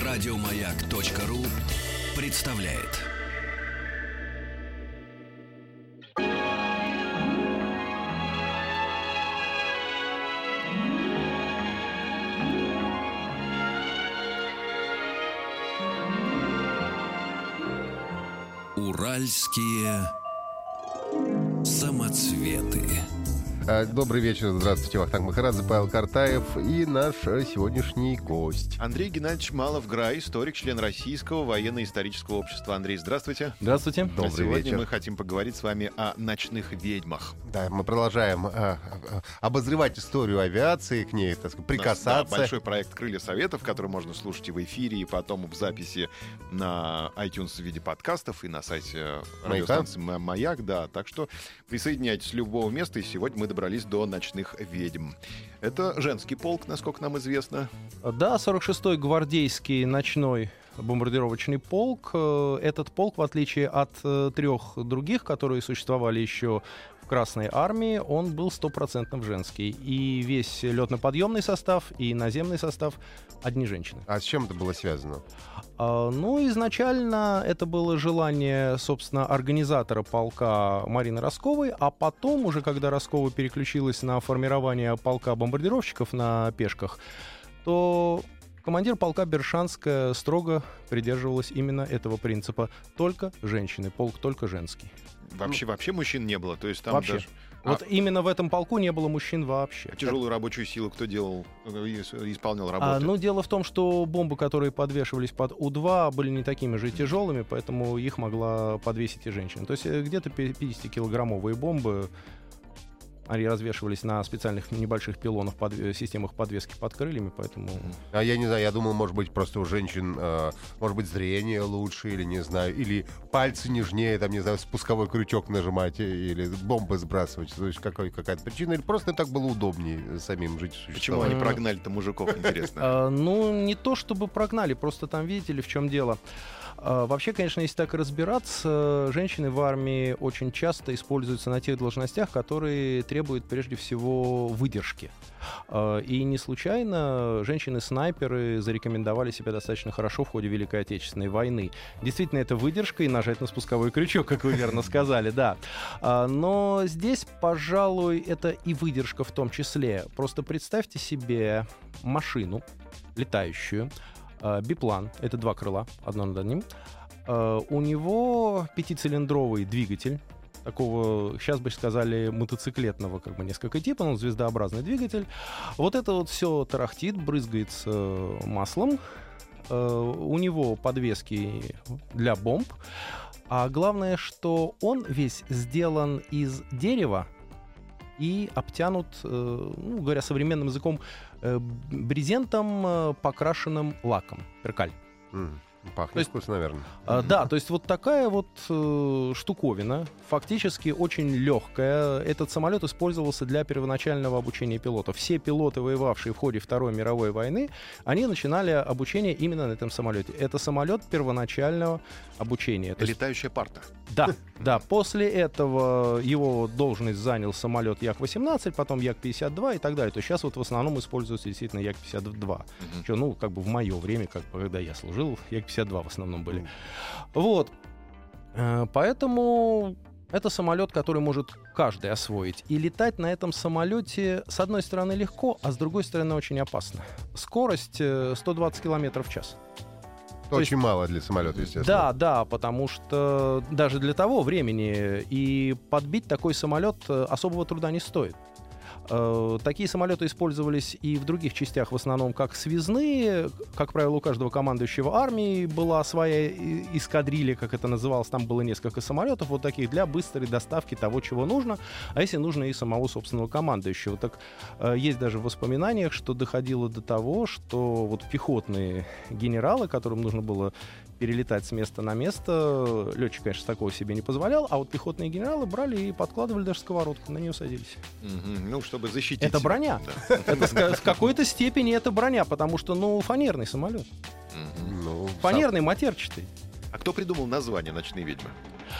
Радиомаяк.ру представляет. Уральские самоцветы. Добрый вечер, здравствуйте, Вахтанг Махарадзе, Павел Картаев и наш сегодняшний гость. Андрей Геннадьевич Малов-Грай, историк, член Российского военно-исторического общества. Андрей, здравствуйте. Здравствуйте. Добрый Сегодня вечер. мы хотим поговорить с вами о ночных ведьмах. Да, мы продолжаем обозревать историю авиации, к ней, так сказать, прикасаться. Да, большой проект «Крылья Советов», который можно слушать и в эфире, и потом в записи на iTunes в виде подкастов и на сайте радиостанции «Маяк». Да, так что присоединяйтесь с любого места, и сегодня мы добрались до ночных ведьм. Это женский полк, насколько нам известно. Да, 46-й гвардейский ночной бомбардировочный полк. Этот полк, в отличие от трех других, которые существовали еще в Красной армии, он был 100% женский. И весь летно-подъемный состав, и наземный состав — одни женщины. А с чем это было связано? Ну, изначально это было желание, собственно, организатора полка Марины Росковой, а потом, уже когда Роскова переключилась на формирование полка бомбардировщиков на пешках, то командир полка Бершанская строго придерживалась именно этого принципа. Только женщины, полк только женский. Вообще мужчин не было, то есть там Вообще. даже... Вот именно в этом полку не было мужчин вообще. Тяжелую рабочую силу кто делал, исполнял работу? Ну, дело в том, что бомбы, которые подвешивались под У-2, были не такими же тяжелыми, поэтому их могла подвесить и женщина. То есть где-то 50-килограммовые бомбы, они развешивались на специальных небольших пилонах, системах подвески под крыльями, поэтому... А я не знаю, я думал, может быть, просто у женщин, может быть, зрение лучше, или, не знаю, или пальцы нежнее, там, не знаю, спусковой крючок нажимать, или бомбы сбрасывать. То есть какая-то причина, или просто так было удобнее самим жить, существовать. Почему они прогнали-то мужиков, интересно? Ну, не то чтобы прогнали, просто там, видите ли, в чем дело. Вообще, конечно, если так разбираться, женщины в армии очень часто используются на тех должностях, которые требуют прежде всего выдержки. И не случайно женщины-снайперы зарекомендовали себя достаточно хорошо в ходе Великой Отечественной войны. Действительно, это выдержка и нажать на спусковой крючок, как вы верно сказали, да. Но здесь, пожалуй, это и выдержка в том числе. Просто представьте себе машину летающую, биплан, это два крыла, одно над одним. У него пятицилиндровый двигатель, такого, сейчас бы сказали, мотоциклетного, как бы несколько типа, но звездообразный двигатель. Вот это вот все тарахтит, брызгается маслом. У него подвески для бомб. А главное, что он весь сделан из дерева и обтянут, ну, говоря современным языком, брезентом, покрашенным лаком, перкаль. Пахнет вкусно, наверное. Да, то есть вот такая вот штуковина, фактически очень легкая. Этот самолет использовался для первоначального обучения пилотов. Все пилоты, воевавшие в ходе Второй мировой войны, они начинали обучение именно на этом самолете. Это самолет первоначального обучения. Летающая парта. Да, да. После этого его должность занял самолет Як-18, потом Як-52 и так далее. То есть сейчас вот в основном используется действительно Як-52. Что, ну, как бы в мое время, как бы, когда я служил, Як-52 в основном были. Вот. Поэтому это самолет, который может каждый освоить. И летать на этом самолете, с одной стороны, легко, а с другой стороны, очень опасно. Скорость 120 км в час. Очень мало для самолета, естественно. Да, потому что даже для того времени и подбить такой самолет особого труда не стоит. Такие самолеты использовались и в других частях, в основном как связные. Как правило, у каждого командующего армии была своя эскадрилья, как это называлось. Там было несколько самолетов вот таких для быстрой доставки того, чего нужно. А если нужно, и самого собственного командующего. Так есть даже в воспоминаниях, что доходило до того, что вот пехотные генералы, которым нужно было перелетать с места на место, летчик, конечно, такого себе не позволял, а вот пехотные генералы брали и подкладывали даже сковородку, на нее садились. Ну, чтобы защитить. Это броня. Да. Это в какой-то степени это броня, потому что, ну, фанерный самолет. Фанерный, матерчатый. А кто придумал название «Ночные ведьмы»?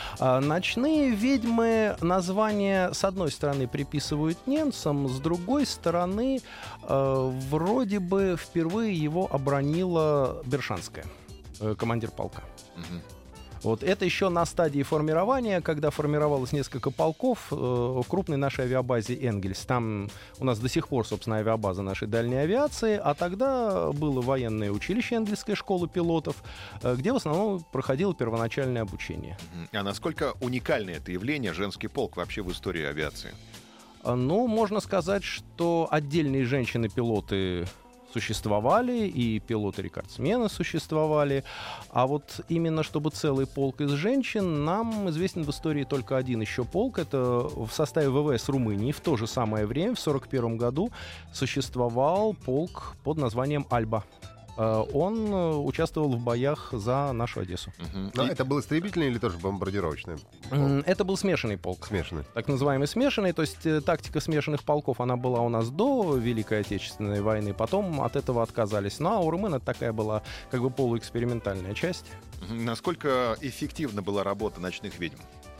Ночные ведьмы название, с одной стороны, приписывают немцам, с другой стороны, вроде бы впервые его обронила Бершанская, командир полка. Вот это еще на стадии формирования, когда формировалось несколько полков в крупной нашей авиабазе «Энгельс». Там у нас до сих пор, собственно, авиабаза нашей дальней авиации, а тогда было военное училище Энгельсская школа пилотов, где в основном проходило первоначальное обучение. А насколько уникально это явление, женский полк, вообще в истории авиации? Ну, можно сказать, что отдельные женщины-пилоты существовали, и пилоты-рекордсмены существовали. А вот именно чтобы целый полк из женщин, нам известен в истории только один еще полк. Это в составе ВВС Румынии в то же самое время, в 1941 году, существовал полк под названием «Альба». Он участвовал в боях за нашу Одессу. Но это был истребительный или тоже бомбардировочный полк? Это был смешанный полк. Смешанный. Так называемый смешанный. То есть тактика смешанных полков, она была у нас до Великой Отечественной войны. Потом от этого отказались. Ну, а у румын это такая была как бы полуэкспериментальная часть. Насколько эффективна была работа ночных ведьм?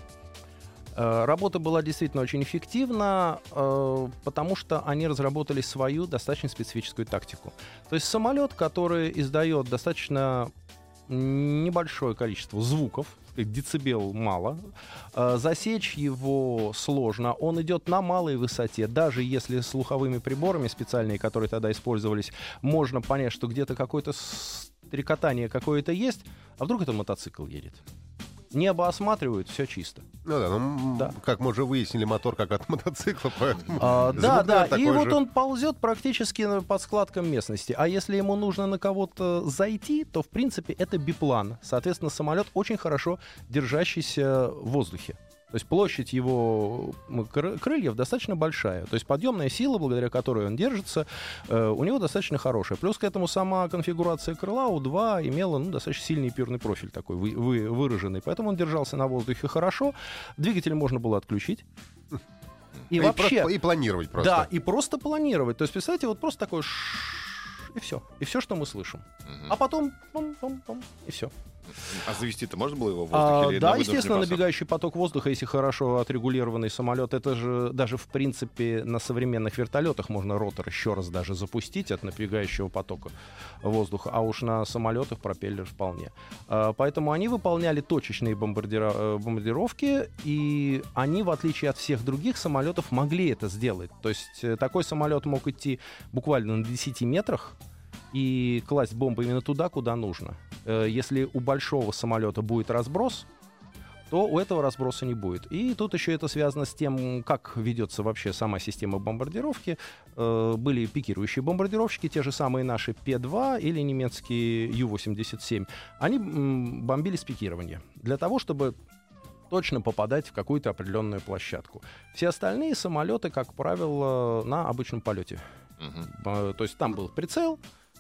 Работа была действительно очень эффективна, потому что они разработали свою достаточно специфическую тактику. То есть самолет, который издает достаточно небольшое количество звуков, децибел мало, засечь его сложно, он идет на малой высоте, даже если слуховыми приборами специальными, которые тогда использовались, можно понять, что где-то какое-то стрекотание какое-то есть, а вдруг это мотоцикл едет. Небо осматривают, все чисто. Ну да, да, как мы уже выяснили, мотор как от мотоцикла, поэтому... Да, и вот он ползет практически под складком местности. А если ему нужно на кого-то зайти, то, в принципе, это биплан. Соответственно, самолет очень хорошо держащийся в воздухе. То есть площадь его крыльев достаточно большая. То есть подъемная сила, благодаря которой он держится, у него достаточно хорошая. Плюс к этому сама конфигурация крыла У-2 имела достаточно сильный эпюрный профиль такой выраженный. Поэтому он держался на воздухе хорошо. Двигатель можно было отключить. И вообще... И планировать просто. Да, и просто планировать. То есть, представьте, вот просто такое... И все. И все, что мы слышим. А потом... И все. А завести-то можно было его в воздухе? Да, естественно, набегающий поток воздуха, если хорошо отрегулированный самолет, это же даже в принципе на современных вертолетах можно ротор еще раз даже запустить от набегающего потока воздуха, а уж на самолетах пропеллер вполне. Поэтому они выполняли точечные бомбардировки, и они, в отличие от всех других самолетов, могли это сделать. То есть такой самолет мог идти буквально на 10 метрах, и класть бомбы именно туда, куда нужно. Если у большого самолета будет разброс, то у этого разброса не будет. И тут еще это связано с тем, как ведется вообще сама система бомбардировки. Были пикирующие бомбардировщики, те же самые наши П-2 или немецкие Ю-87. Они бомбили с пикирования для того, чтобы точно попадать в какую-то определенную площадку. Все остальные самолеты, как правило, на обычном полете. То есть там был прицел,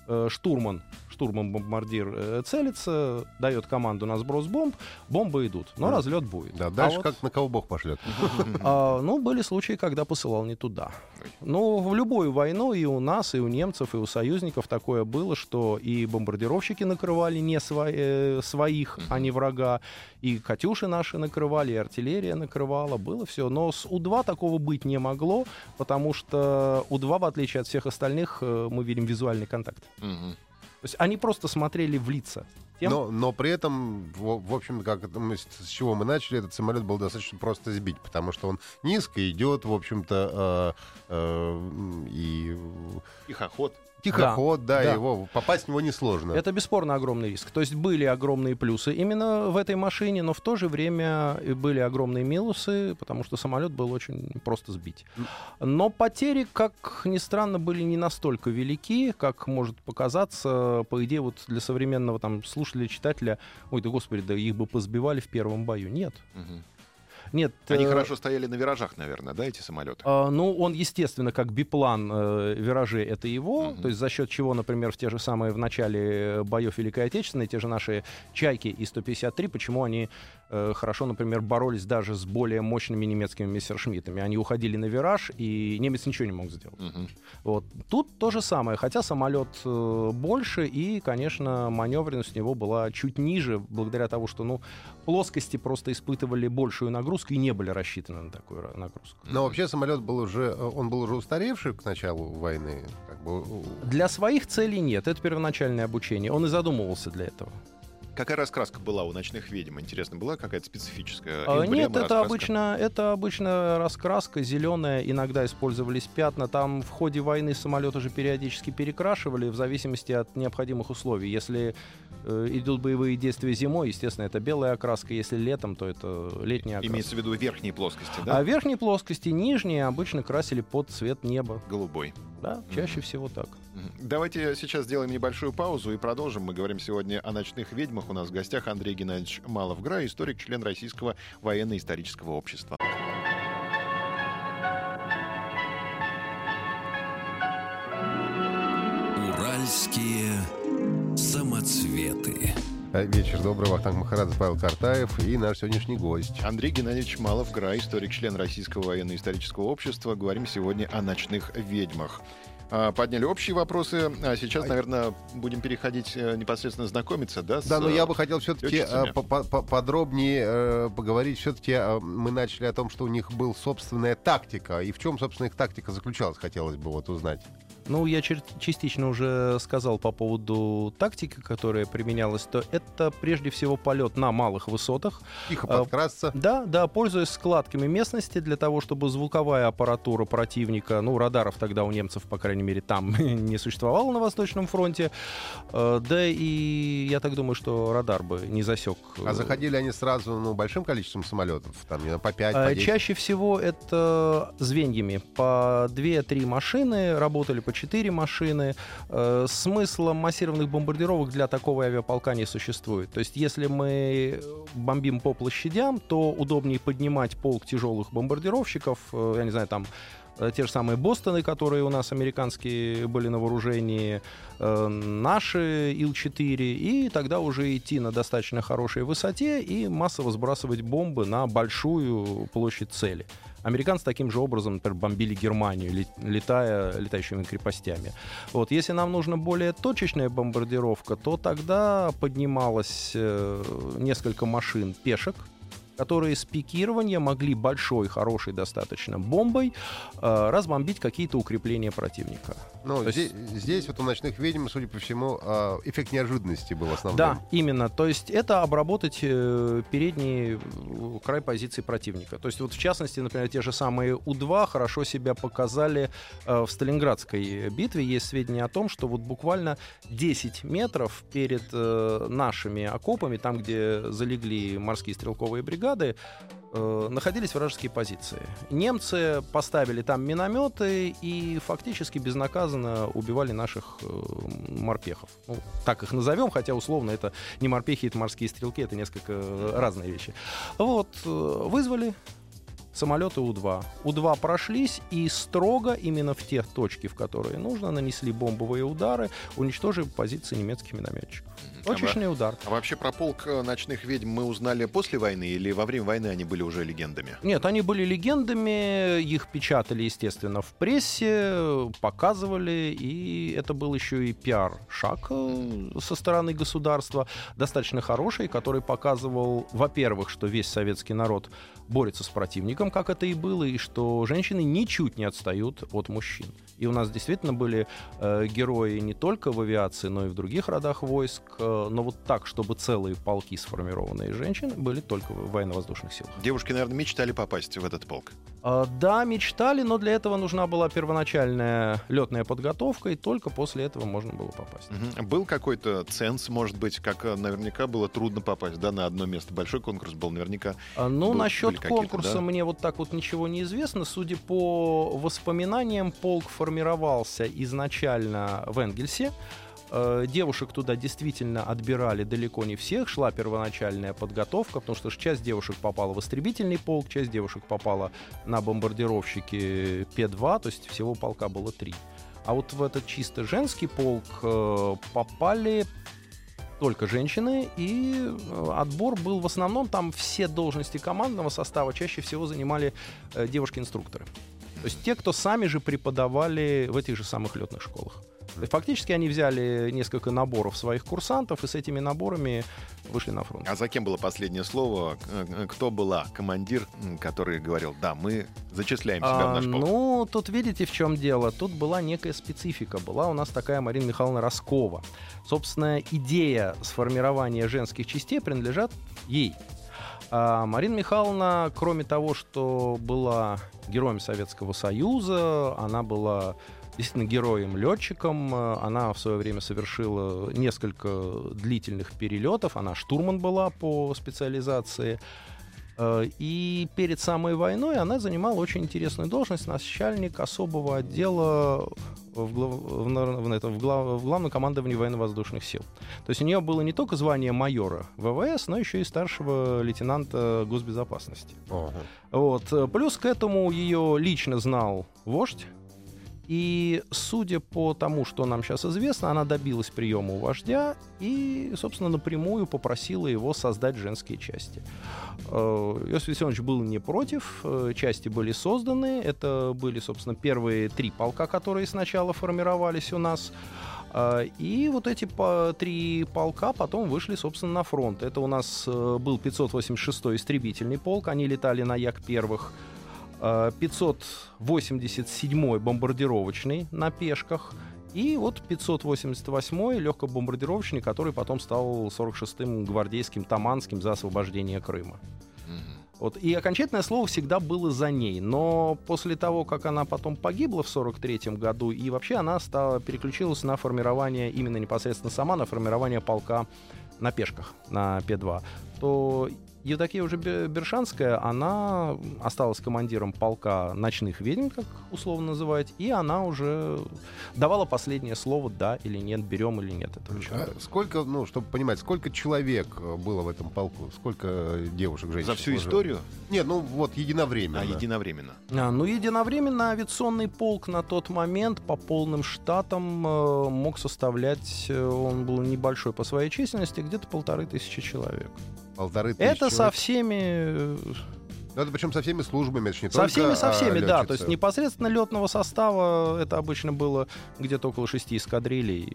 штурман-бомбардир целится, дает команду на сброс бомб, бомбы идут, но разлет будет. Да, дальше как на кого Бог пошлет. Были случаи, когда посылал не туда. В любую войну и у нас, и у немцев, и у союзников такое было, что и бомбардировщики накрывали не своих, а не врага, и «Катюши» наши накрывали, и артиллерия накрывала, было все. Но с У-2 такого быть не могло, потому что У-2, в отличие от всех остальных, мы видим визуальный контакт. То есть они просто смотрели в лица. Но при этом, в общем, с чего мы начали, этот самолет был достаточно просто сбить, потому что он низко идет, в общем-то, и... Тихоход, да, его попасть в него несложно. Это бесспорно огромный риск. То есть были огромные плюсы именно в этой машине, но в то же время были огромные минусы, потому что самолет был очень просто сбить. Но потери, как ни странно, были не настолько велики, как может показаться, по идее, вот для современного слушателя, читателя, ой, да господи, да их бы позбивали в первом бою. Нет. Нет. Они хорошо стояли на виражах, наверное, да, эти самолеты? Он, естественно, как биплан, виражи — это его, то есть за счет чего, например, в те же самые в начале боев Великой Отечественной, те же наши «Чайки» и 153, почему они хорошо, например, боролись даже с более мощными немецкими мессершмиттами. Они уходили на вираж, и немец ничего не мог сделать. Вот. Тут то же самое, хотя самолет больше, и, конечно, маневренность у него была чуть ниже, благодаря тому, что плоскости просто испытывали большую нагрузку и не были рассчитаны на такую нагрузку. Но вообще самолет был уже устаревший к началу войны? Для своих целей нет. Это первоначальное обучение. Он и задумывался для этого. Какая раскраска была у «Ночных ведьм»? Интересно, была какая-то специфическая? Нет, это обычно раскраска зеленая, иногда использовались пятна. Там в ходе войны самолет уже периодически перекрашивали в зависимости от необходимых условий. Если идут боевые действия зимой, естественно, это белая окраска. Если летом, то это летняя окраска. Имеется в виду верхние плоскости, да? А верхние плоскости, нижние обычно красили под цвет неба. Голубой. Да, чаще всего так. Давайте сейчас сделаем небольшую паузу и продолжим. Мы говорим сегодня о «Ночных ведьмах». У нас в гостях Андрей Геннадьевич Малов-Грай, историк, член Российского военно-исторического общества. Уральские самоцветы. Вечер добрый. Вахтанг Махарадзе, Павел Картаев и наш сегодняшний гость. Андрей Геннадьевич Малов-Грай, историк, член Российского военно-исторического общества. Говорим сегодня о «Ночных ведьмах». Подняли общие вопросы, а сейчас, наверное, будем переходить непосредственно знакомиться, да? Да, но я бы хотел все-таки подробнее поговорить. Все-таки мы начали о том, что у них была собственная тактика. И в чем, собственно, их тактика заключалась, хотелось бы узнать. Я частично уже сказал по поводу тактики, которая применялась, то это прежде всего полет на малых высотах. Тихо подкрасться. Да, пользуясь складками местности для того, чтобы звуковая аппаратура противника, радаров тогда у немцев, по крайней мере, там не существовало на Восточном фронте. Да и я так думаю, что радар бы не засек. А заходили они сразу большим количеством самолетов? Там, по 5, по 10? Чаще всего это звеньями. По 2-3 машины работали, по 4 машины. Смысла массированных бомбардировок для такого авиаполка не существует. То есть, если мы бомбим по площадям, то удобнее поднимать полк тяжелых бомбардировщиков, я не знаю, там те же самые Бостоны, которые у нас американские были на вооружении, наши Ил-4, и тогда уже идти на достаточно хорошей высоте и массово сбрасывать бомбы на большую площадь цели. Американцы таким же образом, например, бомбили Германию, летающими крепостями. Если нам нужна более точечная бомбардировка, то тогда поднималось несколько машин пешек, которые с пикирования могли большой, хорошей достаточно бомбой разбомбить какие-то укрепления противника. Здесь у «Ночных ведьм», судя по всему, эффект неожиданности был основным. Да, именно. То есть это обработать передний край позиции противника. То есть в частности, например, те же самые У-2 хорошо себя показали в Сталинградской битве. Есть сведения о том, что буквально 10 метров перед нашими окопами, там, где залегли морские стрелковые бригады, находились вражеские позиции. Немцы поставили там минометы и фактически безнаказанно убивали наших морпехов. Так их назовем, хотя условно это не морпехи, это морские стрелки, это несколько разные вещи. Вызвали самолеты У-2. У-2 прошлись и строго именно в те точки, в которые нужно, нанесли бомбовые удары, уничтожили позиции немецких минометчиков. Точечный удар. А вообще про полк «Ночных ведьм» мы узнали после войны или во время войны они были уже легендами? Нет, они были легендами, их печатали, естественно, в прессе, показывали, и это был еще и пиар-шаг со стороны государства, достаточно хороший, который показывал, во-первых, что весь советский народ борется с противником, как это и было, и что женщины ничуть не отстают от мужчин. И у нас действительно были герои не только в авиации, но и в других родах войск. Но так, чтобы целые полки, сформированные женщины, были только в военно-воздушных силах. Девушки, наверное, мечтали попасть в этот полк? Да, мечтали, но для этого нужна была первоначальная летная подготовка, и только после этого можно было попасть. Был какой-то ценз, может быть, как наверняка было трудно попасть, на одно место? Большой конкурс был наверняка. Насчет конкурса мне так ничего не известно. Судя по воспоминаниям, полк формировался изначально в Энгельсе. Девушек туда действительно отбирали далеко не всех, шла первоначальная подготовка, потому что часть девушек попала в истребительный полк, часть девушек попала на бомбардировщики П-2, то есть всего полка было 3. А в этот чисто женский полк попали только женщины, и отбор был в основном, там все должности командного состава чаще всего занимали девушки-инструкторы. То есть те, кто сами же преподавали в этих же самых летных школах. Фактически они взяли несколько наборов своих курсантов и с этими наборами вышли на фронт. А за кем было последнее слово? Кто была командир, который говорил, да, мы зачисляем себя в наш полк? Ну, тут видите, в чем дело. Тут была некая специфика. Была у нас такая Марина Михайловна Роскова. Собственно, идея сформирования женских частей принадлежит ей. Марина Михайловна, кроме того, что была героем Советского Союза, она была действительно героем-летчиком. Она в свое время совершила несколько длительных перелетов. Она штурман была по специализации. И перед самой войной она занимала очень интересную должность, начальник особого отдела в главном командовании военно-воздушных сил. То есть у нее было не только звание майора ВВС, но еще и старшего лейтенанта госбезопасности. Вот. Плюс к этому ее лично знал вождь. И, судя по тому, что нам сейчас известно, она добилась приема у вождя и, собственно, напрямую попросила его создать женские части. Иосиф Виссарионович был не против, части были созданы. Это были, собственно, первые 3 полка, которые сначала формировались у нас. И вот эти 3 полка потом вышли, собственно, на фронт. Это у нас был 586-й истребительный полк, они летали на Як-первых. 587-й бомбардировочный на пешках и вот 588-й легкобомбардировочный, который потом стал 46-м гвардейским Таманским за освобождение Крыма. Вот. И окончательное слово всегда было за ней. Но после того, как она потом погибла в 43-м году, и вообще она переключилась на формирование, именно непосредственно сама, на формирование полка на пешках, на П-2, то Евдокия уже Бершанская, она осталась командиром полка ночных ведьм, как условно называть, и она уже давала последнее слово, да или нет, берем или нет этого человека. Сколько, ну, чтобы понимать, сколько человек было в этом полку? Сколько девушек, женщин? За всю историю? Нет, ну вот единовременно. Единовременно. Ну, единовременно авиационный полк на тот момент по полным штатам мог составлять, он был небольшой по своей численности, где-то 1500 человек. 1500 Это человек. со всеми... Это причем со всеми службами, это же не со только всеми, да. летчицы. То есть непосредственно летного состава это обычно было где-то около 6 эскадрилей.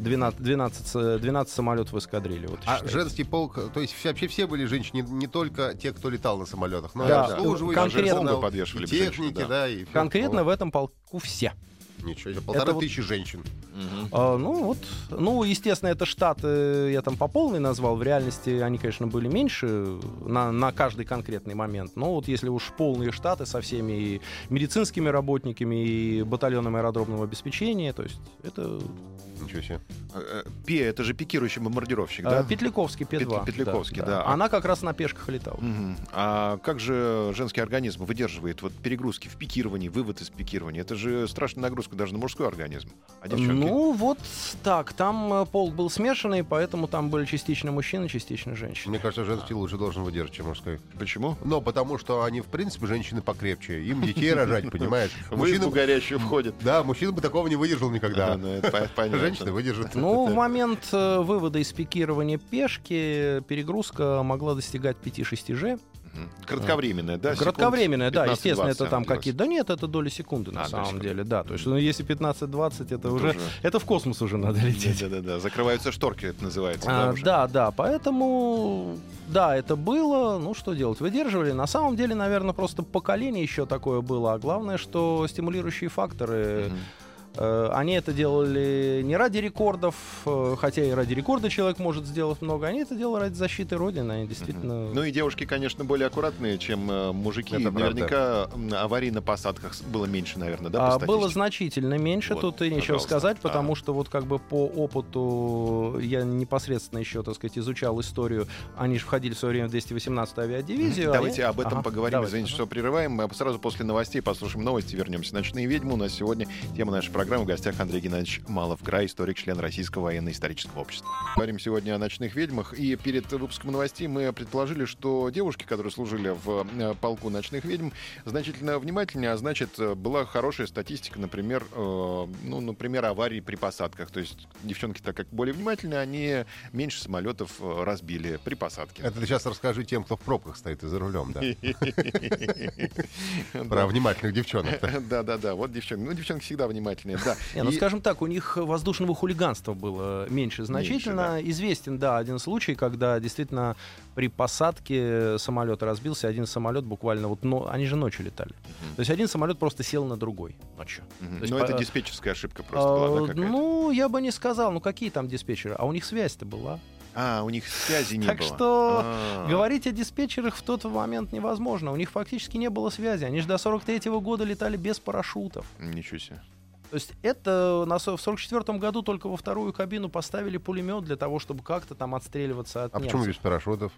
12 самолетов в эскадрилье. Вот, женский полк, то есть вообще все были женщины, не только те, кто летал на самолетах, но да, и обслуживающие, конкретно подвешивали и техники, женщин, да. И конкретно в этом полку все. Ничего себе, 1500 женщин. Естественно, это штат, я там по полной назвал. В реальности они, конечно, были меньше на каждый конкретный момент. Но вот если уж полные штаты со всеми и медицинскими работниками, и батальоном аэродромного обеспечения, то есть это... Ничего себе. Это же пикирующий бомбардировщик, да? Петляковский П-2. Петляковский, да. Она как раз на пешках летала. А как же женский организм выдерживает вот перегрузки в пикировании, вывод из пикирования? Это же страшная нагрузка даже на мужской организм. А девчонки? Ну, вот так. Там полк был смешанный, поэтому там были частично мужчины, частично женщины. Мне кажется, женский лучше должен выдержать, чем мужской. Почему? Ну, потому что они, в принципе, женщины покрепче. Им детей рожать, понимаешь? В избу горящую входят. Да, мужчина бы такого не выдержал никогда. Понятно. Женщина выдержит. Ну, в момент вывода из пикирования пешки перегрузка могла достигать 5-6 G. Кратковременная, да? Кратковременная, да, естественно, это там какие-то... какие-то... Да нет, это доли секунды на самом деле, да. То есть, если 15-20, это уже... Это в космос уже надо лететь. Да. Закрываются шторки, это называется. Да, поэтому... Да, это было. Ну, что делать? Выдерживали. На самом деле, наверное, просто поколение еще такое было. А главное, что стимулирующие факторы... Они это делали не ради рекордов, хотя и ради рекорда человек может сделать много. Они это делали ради защиты Родины. Они действительно... Ну и девушки, конечно, более аккуратные, чем мужики. Это наверняка аварий на посадках было меньше, наверное, да, по статистике? Было значительно меньше, Вот, тут и нечего сказать, потому что вот как бы по опыту я непосредственно еще, так сказать, изучал историю. Они же входили в свое время в 218-ю авиадивизию. Давайте об этом поговорим. Давайте. Извините, что прерываем. Мы сразу после новостей послушаем новости, вернемся. «Ночные ведьмы». У нас сегодня тема нашей программы программы. В гостях Андрей Геннадьевич Малов-Грай, историк, член Российского военно-исторического общества. Говорим сегодня о ночных ведьмах. И перед выпуском новостей мы предположили, что девушки, которые служили в полку ночных ведьм, значительно внимательнее, а значит, была хорошая статистика, например, аварий при посадках. То есть девчонки, так как более внимательные, они меньше самолетов разбили при посадке. Это ты сейчас расскажи тем, кто в пробках стоит и за рулем, да? Про внимательных девчонок. Да. Вот девчонки. Ну, девчонки всегда внимательные, да. Скажем так, у них воздушного хулиганства было меньше значительно. Известен, один случай, когда действительно при посадке самолет разбился. Один самолет буквально они же ночью летали. То есть один самолет просто сел на другой ночью. Но это диспетчерская ошибка просто была, да, какая-то? Я бы не сказал. Какие там диспетчеры? А у них связь-то была. У них связи не было. Так что говорить о диспетчерах в тот момент невозможно. У них фактически не было связи. Они же до 43-го года летали без парашютов. Ничего себе. То есть это в 44-м году только во вторую кабину поставили пулемет для того, чтобы как-то там отстреливаться от немцев. Почему без парашютов?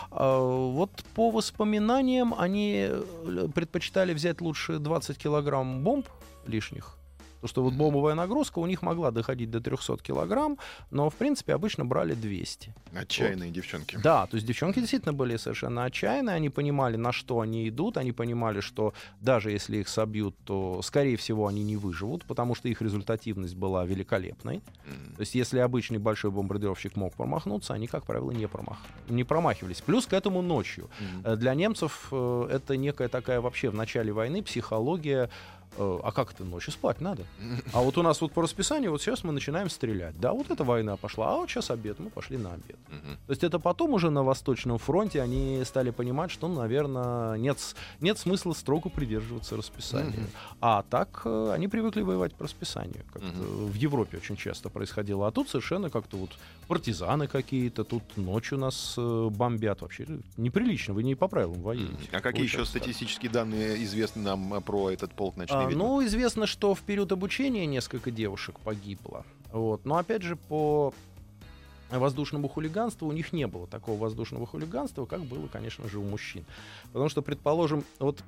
Вот по воспоминаниям они предпочитали взять лучше 20 килограмм бомб лишних. Потому что вот бомбовая нагрузка у них могла доходить до 300 килограмм, но, в принципе, обычно брали 200. Отчаянные девчонки. Да, то есть девчонки действительно были совершенно отчаянные, они понимали, на что они идут, они понимали, что даже если их собьют, то, скорее всего, они не выживут, потому что их результативность была великолепной. То есть если обычный большой бомбардировщик мог промахнуться, они, как правило, не промахивались. Плюс к этому ночью. Для немцев это некая такая вообще в начале войны психология. А как это ночью? Спать надо. А вот у нас вот по расписанию вот сейчас мы начинаем стрелять. Да, вот эта война пошла, а вот сейчас обед, мы пошли на обед. То есть это потом уже на Восточном фронте они стали понимать, что, наверное, нет смысла строго придерживаться расписания. А так они привыкли воевать по расписанию. Как-то в Европе очень часто происходило. А тут совершенно как-то вот партизаны какие-то, тут ночью нас бомбят. Вообще неприлично, вы не по правилам воюете. А какие еще статистические данные известны нам про этот полк ночных ведьм? Известно, что в период обучения несколько девушек погибло. Вот. Но опять же, по воздушному хулиганству у них не было такого воздушного хулиганства, как было, конечно же, у мужчин. Потому что, предположим, вот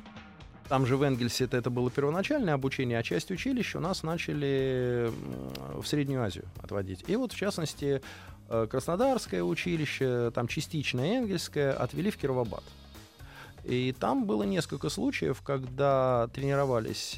там же в Энгельсе это было первоначальное обучение, а часть училища у нас начали в Среднюю Азию отводить. И вот, в частности, Краснодарское училище, там частично Энгельское, отвели в Кировабад. И там было несколько случаев, когда тренировались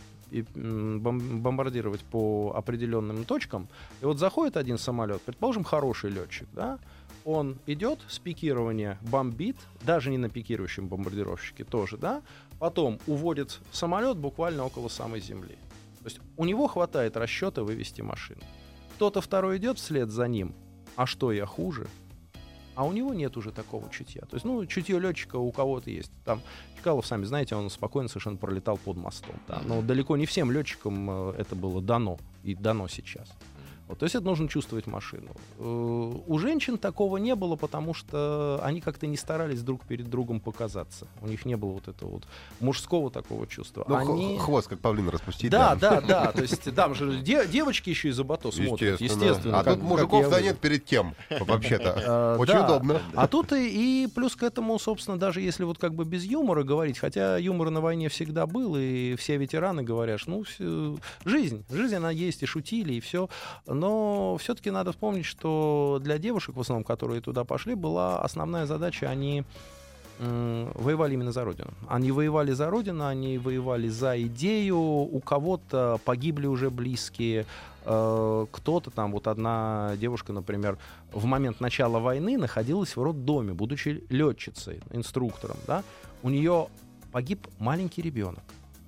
бомбардировать по определенным точкам. И вот заходит один самолет, предположим, хороший летчик, да, он идет с пикирования, бомбит, даже не на пикирующем бомбардировщике тоже, да, потом уводит самолет буквально около самой земли. То есть у него хватает расчета вывести машину. Кто-то второй идет вслед за ним, а что, я хуже? А у него нет уже такого чутья. То есть, чутье летчика у кого-то есть. Там Чкалов, сами знаете, он спокойно совершенно пролетал под мостом. Да? Но далеко не всем летчикам это было дано. И дано сейчас. Вот, то есть это нужно чувствовать машину. У женщин такого не было, потому что они как-то не старались друг перед другом показаться. У них не было вот этого вот мужского такого чувства. Хвост, как павлин, распустить. Да. То есть там же девочки еще и за бато смотрят. Естественно. А тут мужиков-то нет перед кем, вообще-то. Очень удобно. А тут и плюс к этому, собственно, даже если вот как бы без юмора говорить, хотя юмор на войне всегда был, и все ветераны говорят, жизнь она есть, и шутили, и все. Но все-таки надо вспомнить, что для девушек, в основном, которые туда пошли, была основная задача, они воевали именно за Родину. Они воевали за Родину, они воевали за идею, у кого-то погибли уже близкие, кто-то там, вот одна девушка, например, в момент начала войны находилась в роддоме, будучи летчицей, инструктором, да, у нее погиб маленький ребенок.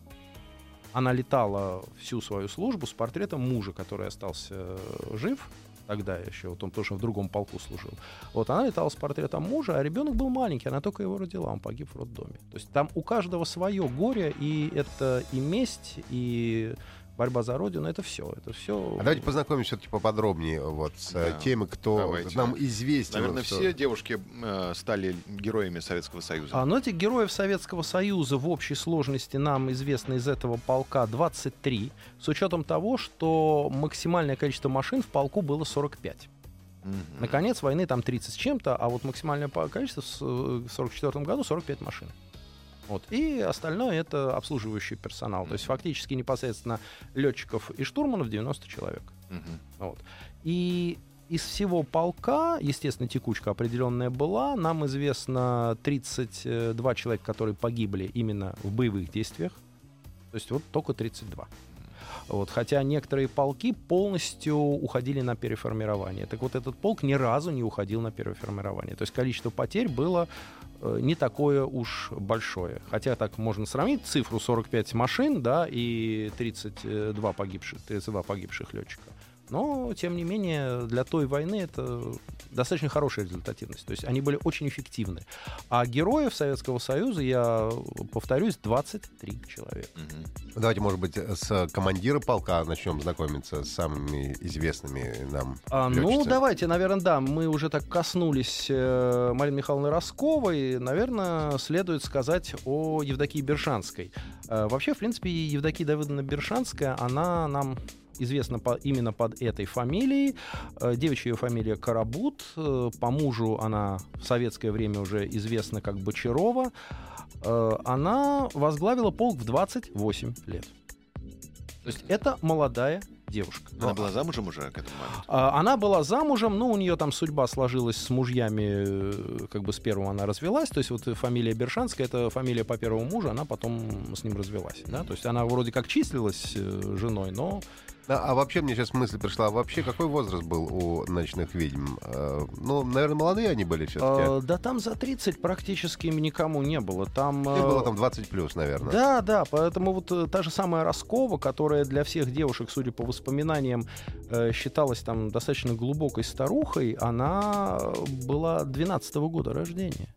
Она летала всю свою службу с портретом мужа, который остался жив тогда еще, вот он тоже в другом полку служил. Вот она летала с портретом мужа, а ребенок был маленький, она только его родила, он погиб в роддоме. То есть там у каждого свое горе, и это и месть, и борьба за Родину, это все. А давайте познакомимся все-таки поподробнее вот с теми, кто нам известен. Наверное, все девушки стали героями Советского Союза. Но этих героев Советского Союза в общей сложности нам известно из этого полка 23, с учетом того, что максимальное количество машин в полку было 45. На конец войны там 30 с чем-то, а вот максимальное количество в 1944 году 45 машин. Вот. И остальное — это обслуживающий персонал. То есть фактически непосредственно летчиков и штурманов 90 человек. Вот. И из всего полка, естественно, текучка определенная была. Нам известно 32 человека, которые погибли именно в боевых действиях. То есть вот только 32. Вот, хотя некоторые полки полностью уходили на переформирование. Так вот, этот полк ни разу не уходил на переформирование. То есть количество потерь было не такое уж большое. Хотя так можно сравнить цифру 45 машин, да, и 32 погибших летчика. Но, тем не менее, для той войны это достаточно хорошая результативность. То есть они были очень эффективны. А героев Советского Союза, я повторюсь, 23 человека. Давайте, может быть, с командира полка начнем знакомиться с самыми известными нам летчицами. Ну, давайте, наверное, да. Мы уже так коснулись Марины Михайловны Росковой. Наверное, следует сказать о Евдокии Бершанской. Вообще, в принципе, Евдокия Давыдовна Бершанская, она нам известна именно под этой фамилией. Девичья ее фамилия Карабут. По мужу она в советское время уже известна как Бочарова. Она возглавила полк в 28 лет. То есть это молодая девушка. Она была замужем уже к этому моменту? Она была замужем, но у нее там судьба сложилась с мужьями, как бы с первым она развелась. То есть вот фамилия Бершанская — это фамилия по первому мужу, она потом с ним развелась. Да? То есть она вроде как числилась женой, но... А вообще, мне сейчас мысль пришла, вообще какой возраст был у «Ночных ведьм»? Ну, наверное, молодые они были все-таки. Да там за 30 практически никому не было. Там было там 20+, наверное. Да, поэтому вот та же самая Роскова, которая для всех девушек, судя по воспоминаниям, считалась там достаточно глубокой старухой, она была 12-го года рождения.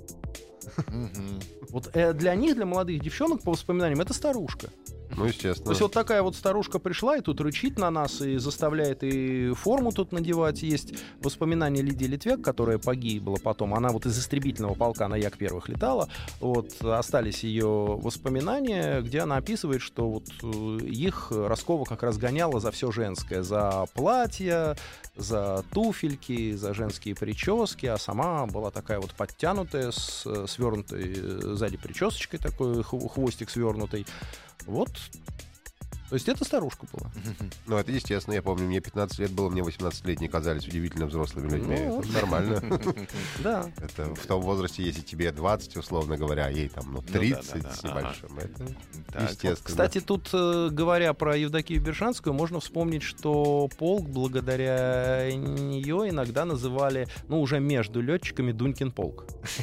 Вот для них, для молодых девчонок, по воспоминаниям, это старушка. Ну, естественно. То есть вот такая вот старушка пришла и тут рычит на нас и заставляет и форму тут надевать. Есть воспоминания Лидии Литвяк, которая погибла потом. Она вот из истребительного полка на Як-1 летала. Вот остались ее воспоминания, где она описывает, что вот их Роскова как раз гоняла за все женское. За платья, за туфельки, за женские прически. А сама была такая вот подтянутая, с свернутой сзади причесочкой, такой хвостик свернутый. Вот. То есть это старушка была. Ну, это естественно. Я помню, мне 15 лет было, мне 18-летние казались удивительно взрослыми людьми. Ну, это нормально. Да. Это в том возрасте, если тебе 20, условно говоря, а ей там 30 с небольшим. Это естественно. Кстати, тут, говоря про Евдокию Бершанскую, можно вспомнить, что полк благодаря нее иногда называли, ну, уже между летчиками, Дунькин полк.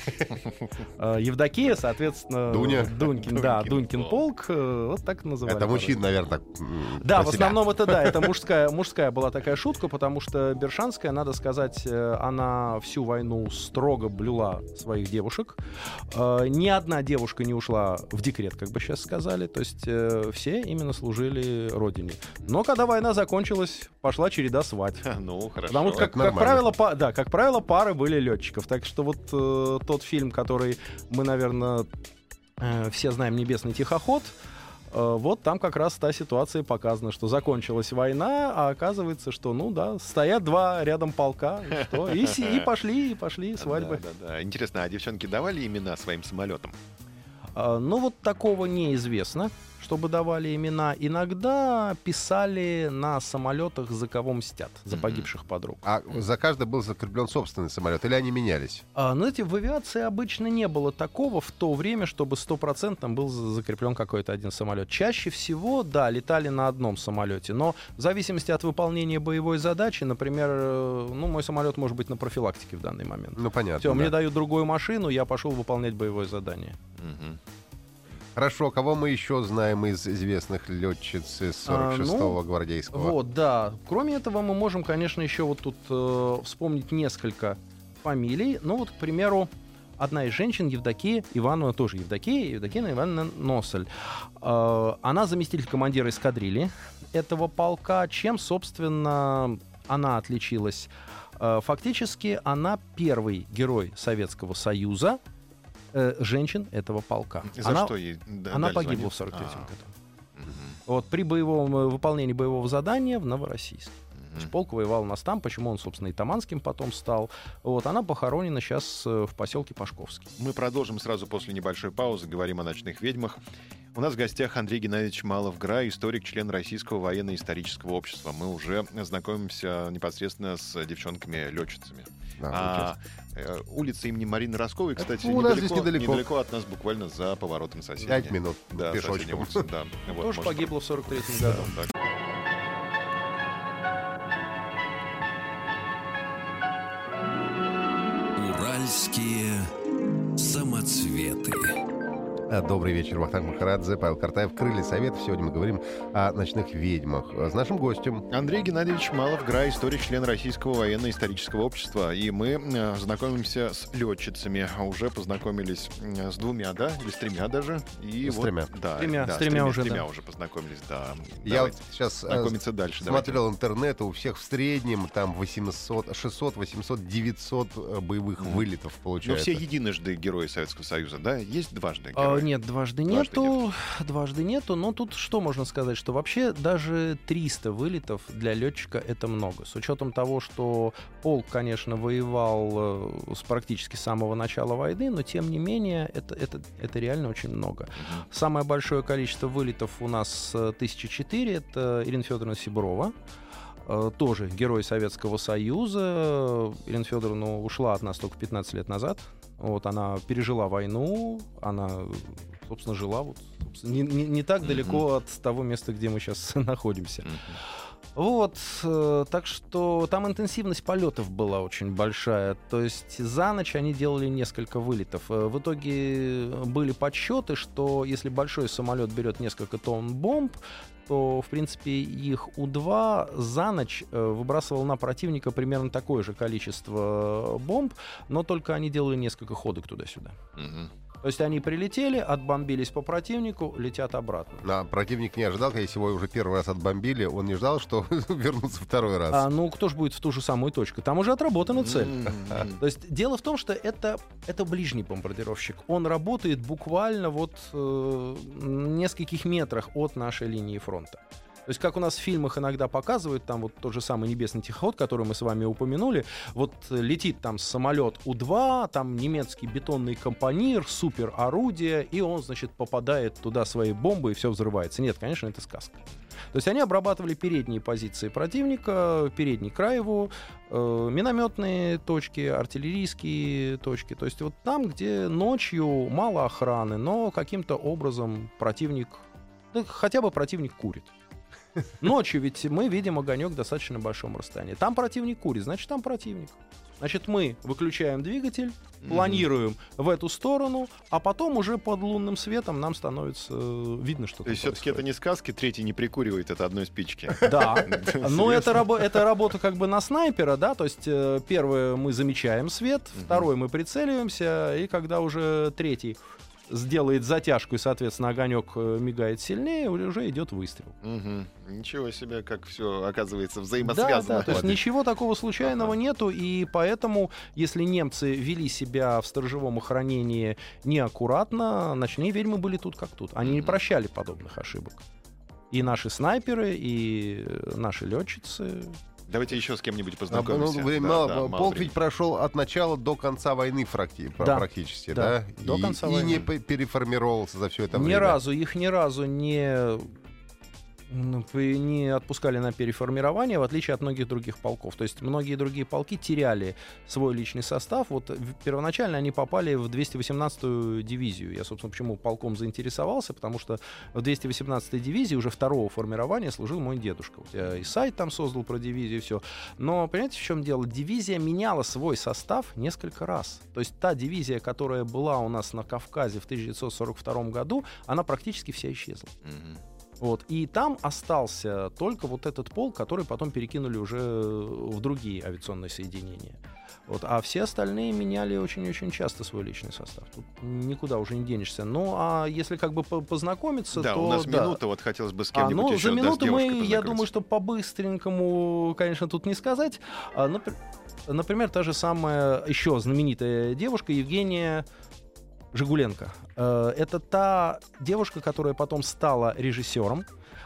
Евдокия, соответственно... Дунькин, да, Дунькин полк. Вот так называли. Это мужчин, наверное, так. Да, в основном это да, это мужская была такая шутка, потому что Бершанская, надо сказать, она всю войну строго блюла своих девушек. Ни одна девушка не ушла в декрет, как бы сейчас сказали. То есть все именно служили родине. Но когда война закончилась, пошла череда свадьб. Ну, хорошо. Потому что, как правило, пары были летчиков. Так что вот тот фильм, который мы, наверное, все знаем, «Небесный тихоход», вот там как раз та ситуация показана, что закончилась война, а оказывается, что, ну да, стоят два рядом полка, и пошли свадьбы. Да. Интересно, а девчонки давали имена своим самолетам? Ну вот такого неизвестно, чтобы давали имена. Иногда писали на самолетах, за кого мстят, за погибших подруг. А за каждый был закреплен собственный самолет, или они менялись? Знаете, в авиации обычно не было такого в то время, чтобы 100% был закреплен какой-то один самолет. Чаще всего, да, летали на одном самолете, но в зависимости от выполнения боевой задачи, например, ну, мой самолет может быть на профилактике в данный момент. Ну, понятно. Все, мне дают другую машину, я пошел выполнять боевое задание. Хорошо, кого мы еще знаем из известных летчиц из 46-го гвардейского? Вот, да. Кроме этого, мы можем, конечно, еще вот тут вспомнить несколько фамилий. Ну вот, к примеру, одна из женщин, Евдокия Ивановна, тоже Евдокия Ивановна Носель. Она заместитель командира эскадрильи этого полка. Чем, собственно, она отличилась? Фактически, она первый герой Советского Союза, женщин этого полка. Она погибла в 43-м году. Вот, при выполнении боевого задания в Новороссийске. То есть полк воевал у нас там, почему он, собственно, и Таманским потом стал. Вот, она похоронена сейчас в поселке Пашковский. Мы продолжим сразу после небольшой паузы, говорим о ночных ведьмах. У нас в гостях Андрей Геннадьевич Малов-Грай, историк, член Российского военно-исторического общества. Мы уже знакомимся непосредственно с девчонками-летчицами. Да, улица имени Марины Росковой, кстати, у нас здесь недалеко от нас, буквально за поворотом соседей. 5 минут Да, пешочком. Да. Вот, Тоже погибло в 43-м году. Так. Уральские самоцветы. Добрый вечер, Вахтанг Махарадзе, Павел Картаев, Крылья Советов. Сегодня мы говорим о ночных ведьмах с нашим гостем. Андрей Геннадьевич Малов-Грай, историк, член Российского военно-исторического общества. И мы знакомимся с летчицами. Уже познакомились с 2, да? Или с 3 даже. И С 3. Да, С тремя уже, с 3 да. уже познакомились, да. Я вот сейчас знакомиться дальше. смотрел интернет, у всех в среднем там 800, 600, 800, 900 боевых вылетов Но получается. все единожды герои Советского Союза, да? Есть дважды герои? Нет, дважды нету, но тут что можно сказать, что вообще даже 300 вылетов для летчика это много. С учетом того, что полк, конечно, воевал с практически самого начала войны, но тем не менее это реально очень много. Самое большое количество вылетов у нас 1004, это Ирина Федоровна Сиброва. Тоже герой Советского Союза. Ирина Федоровна ушла от нас только 15 лет назад. Вот, она пережила войну, она, собственно, жила не так далеко от того места, где мы сейчас находимся. Вот, так что там интенсивность полетов была очень большая. То есть за ночь они делали несколько вылетов. В итоге были подсчеты, что если большой самолет берет несколько тонн бомб, то, в принципе, их У-2 за ночь выбрасывал на противника примерно такое же количество бомб, но только они делали несколько ходок туда-сюда. То есть они прилетели, отбомбились по противнику, летят обратно. А противник не ожидал, когда его уже первый раз отбомбили, он не ждал, что вернутся второй раз. Ну, кто же будет в ту же самую точку? Там уже отработана цель. То есть дело в том, что это ближний бомбардировщик. Он работает буквально в нескольких метрах от нашей линии фронта. То есть, как у нас в фильмах иногда показывают, там вот тот же самый небесный тихоход, который мы с вами упомянули, вот летит там самолет У-2, там немецкий бетонный компанир, супер орудие, и он, значит, попадает туда своей бомбой, и все взрывается. Нет, конечно, это сказка. То есть они обрабатывали передние позиции противника, передний край его, минометные точки, артиллерийские точки. То есть вот там, где ночью мало охраны, но каким-то образом противник, хотя бы противник курит. Ночью ведь мы видим огонек в достаточно большом расстоянии. Там противник курит, значит, там противник. Значит, мы выключаем двигатель, планируем в эту сторону, а потом уже под лунным светом нам становится видно, что То есть все-таки это не сказки, третий не прикуривает, это одной спички. Да, но это работа как бы на снайпера, да, то есть первое мы замечаем свет, второй мы прицеливаемся, и когда уже третий сделает затяжку, и, соответственно, огонек мигает сильнее, уже идет выстрел. Ничего себе, как все оказывается взаимосвязано. Да, то есть ничего такого случайного нету, и поэтому, если немцы вели себя в сторожевом охранении неаккуратно, ночные ведьмы были тут как тут. Они не прощали подобных ошибок. И наши снайперы, и наши летчицы. Давайте еще с кем-нибудь познакомимся. Полк ведь прошел от начала до конца войны практически, да? До конца войны. И не переформировался за все это время. Их ни разу не отпускали на переформирование, в отличие от многих других полков. То есть многие другие полки теряли свой личный состав. Вот первоначально они попали в 218-ю дивизию. Я, собственно, почему полком заинтересовался, потому что в 218-й дивизии уже второго формирования служил мой дедушка. Вот я и сайт там создал про дивизию, и все. Но, понимаете, в чем дело? Дивизия меняла свой состав несколько раз. То есть та дивизия, которая была у нас на Кавказе в 1942 году, она практически вся исчезла. Вот. И там остался только вот этот полк, который потом перекинули уже в другие авиационные соединения. Вот. А все остальные меняли очень-очень часто свой личный состав. Тут никуда уже не денешься. Ну, а если как бы познакомиться, да, то... у нас минута, вот хотелось бы с кем-нибудь еще, за минуту мы, познакомиться. я думаю, что по-быстренькому, конечно, тут не сказать. Например, та же самая еще знаменитая девушка Евгения Жигуленко. Это та девушка, которая потом стала режиссером.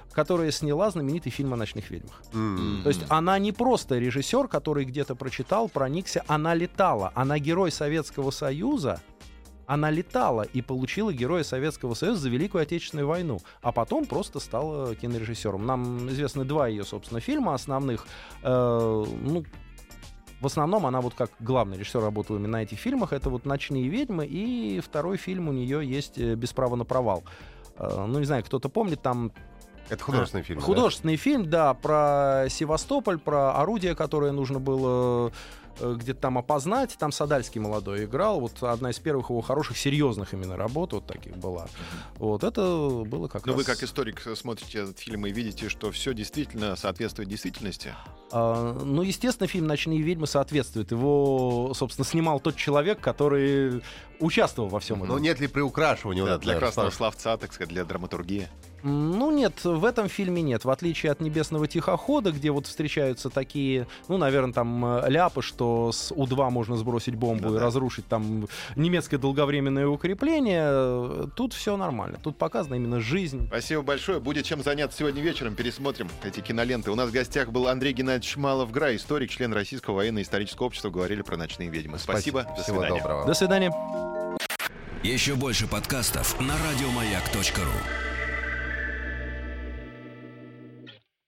которая сняла знаменитый фильм о ночных ведьмах. То есть она не просто режиссер, который где-то прочитал, проникся, она летала. Она герой Советского Союза. Она летала и получила Героя Советского Союза за Великую Отечественную войну, а потом просто стала кинорежиссером. Нам известны 2 ее, собственно, фильма основных. В основном она вот как главный режиссер работала именно на этих фильмах. Это вот «Ночные ведьмы», и второй фильм у нее есть «Без права на провал». Не знаю, кто-то помнит, там... Это художественный фильм, Художественный фильм, да, про Севастополь, про орудие, которое нужно было где-то там опознать. Там Садальский молодой играл. Вот одна из первых его хороших, серьезных именно работ вот таких была. Вот это было как раз... Вы как историк смотрите этот фильм и видите, что все действительно соответствует действительности? Естественно, фильм «Ночные ведьмы» соответствует. Его, собственно, снимал тот человек, который участвовал во всем этом. Но нет ли приукрашивания? Для красного словца, так сказать, для драматургии? Нет, в этом фильме нет. В отличие от «Небесного тихохода», где вот встречаются такие, наверное, там ляпы, что с У-2 можно сбросить бомбу и разрушить там немецкое долговременное укрепление, тут все нормально. Тут показана именно жизнь. Спасибо большое. Будет чем заняться сегодня вечером. Пересмотрим эти киноленты. У нас в гостях был Андрей Геннадьевич Малов-Грай, историк, член Российского военно-исторического общества. Говорили про «Ночные ведьмы». Спасибо. До свидания. Доброго. До свидания. Еще больше подкастов на радиомаяк.ру.